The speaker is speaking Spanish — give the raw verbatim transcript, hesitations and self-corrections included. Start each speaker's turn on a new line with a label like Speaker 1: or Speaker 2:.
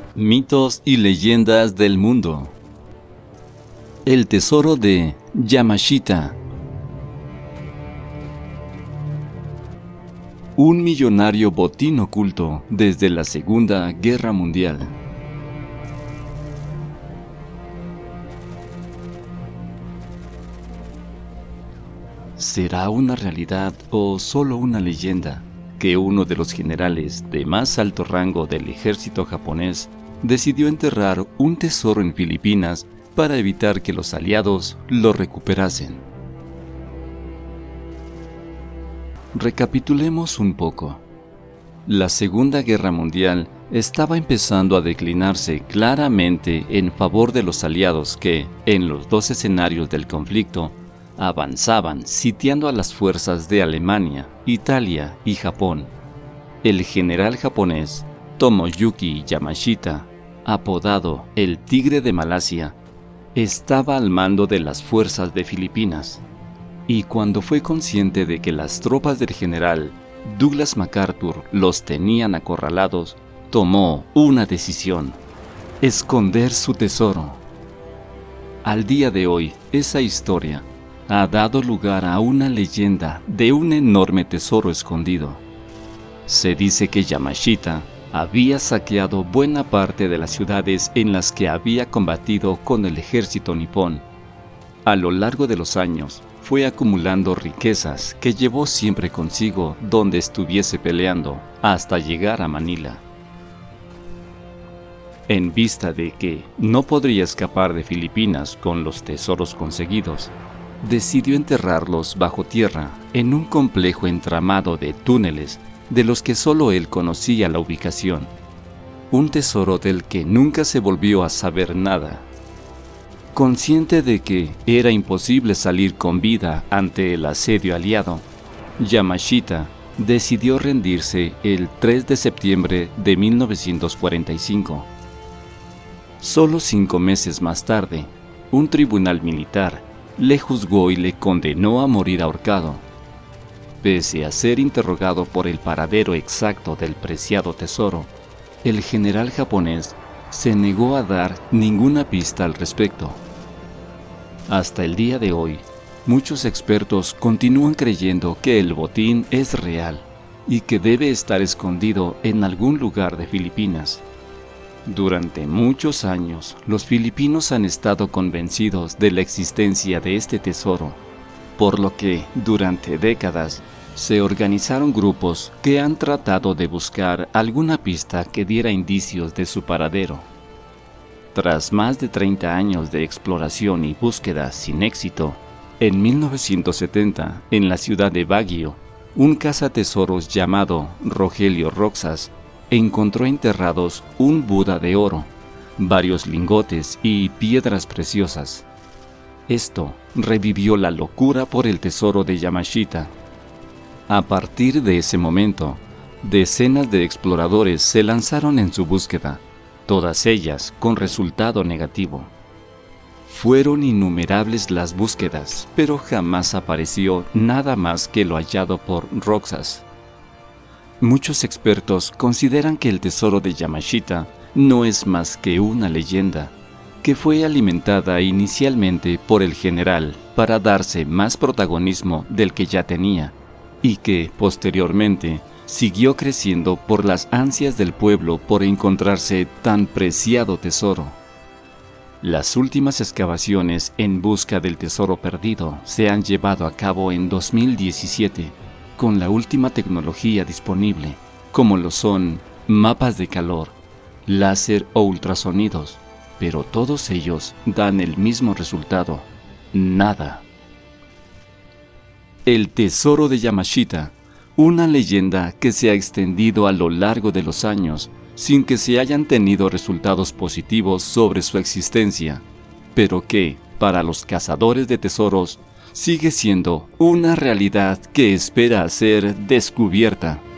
Speaker 1: Mitos y leyendas del mundo. El tesoro de Yamashita. Un millonario botín oculto desde la Segunda Guerra Mundial. ¿Será una realidad o solo una leyenda que uno de los generales de más alto rango del ejército japonés decidió enterrar un tesoro en Filipinas para evitar que los aliados lo recuperasen? Recapitulemos un poco. La Segunda Guerra Mundial estaba empezando a declinarse claramente en favor de los aliados que, en los dos escenarios del conflicto, avanzaban sitiando a las fuerzas de Alemania, Italia y Japón. El general japonés Tomoyuki Yamashita, apodado el Tigre de Malasia, estaba al mando de las fuerzas de Filipinas, y cuando fue consciente de que las tropas del general Douglas MacArthur los tenían acorralados, tomó una decisión: esconder su tesoro. Al día de hoy, esa historia ha dado lugar a una leyenda de un enorme tesoro escondido. Se dice que Yamashita había saqueado buena parte de las ciudades en las que había combatido con el ejército nipón. A lo largo de los años, fue acumulando riquezas que llevó siempre consigo donde estuviese peleando, hasta llegar a Manila. En vista de que no podría escapar de Filipinas con los tesoros conseguidos, decidió enterrarlos bajo tierra en un complejo entramado de túneles de los que solo él conocía la ubicación. Un tesoro del que nunca se volvió a saber nada. Consciente de que era imposible salir con vida ante el asedio aliado, Yamashita decidió rendirse el tres de septiembre de mil novecientos cuarenta y cinco. Solo cinco meses más tarde, un tribunal militar le juzgó y le condenó a morir ahorcado. Pese a ser interrogado por el paradero exacto del preciado tesoro, el general japonés se negó a dar ninguna pista al respecto. Hasta el día de hoy, muchos expertos continúan creyendo que el botín es real y que debe estar escondido en algún lugar de Filipinas. Durante muchos años, los filipinos han estado convencidos de la existencia de este tesoro, por lo que, durante décadas, se organizaron grupos que han tratado de buscar alguna pista que diera indicios de su paradero. Tras más de treinta años de exploración y búsqueda sin éxito, en mil novecientos setenta, en la ciudad de Baguio, un cazatesoros llamado Rogelio Roxas encontró enterrados un Buda de oro, varios lingotes y piedras preciosas. Esto revivió la locura por el tesoro de Yamashita. A partir de ese momento, decenas de exploradores se lanzaron en su búsqueda, todas ellas con resultado negativo. Fueron innumerables las búsquedas, pero jamás apareció nada más que lo hallado por Roxas. Muchos expertos consideran que el tesoro de Yamashita no es más que una leyenda, que fue alimentada inicialmente por el general para darse más protagonismo del que ya tenía, y que, posteriormente, siguió creciendo por las ansias del pueblo por encontrarse tan preciado tesoro. Las últimas excavaciones en busca del tesoro perdido se han llevado a cabo en dos mil diecisiete, con la última tecnología disponible, como lo son mapas de calor, láser o ultrasonidos, pero todos ellos dan el mismo resultado: nada. El tesoro de Yamashita, una leyenda que se ha extendido a lo largo de los años sin que se hayan tenido resultados positivos sobre su existencia, pero que, para los cazadores de tesoros, sigue siendo una realidad que espera ser descubierta.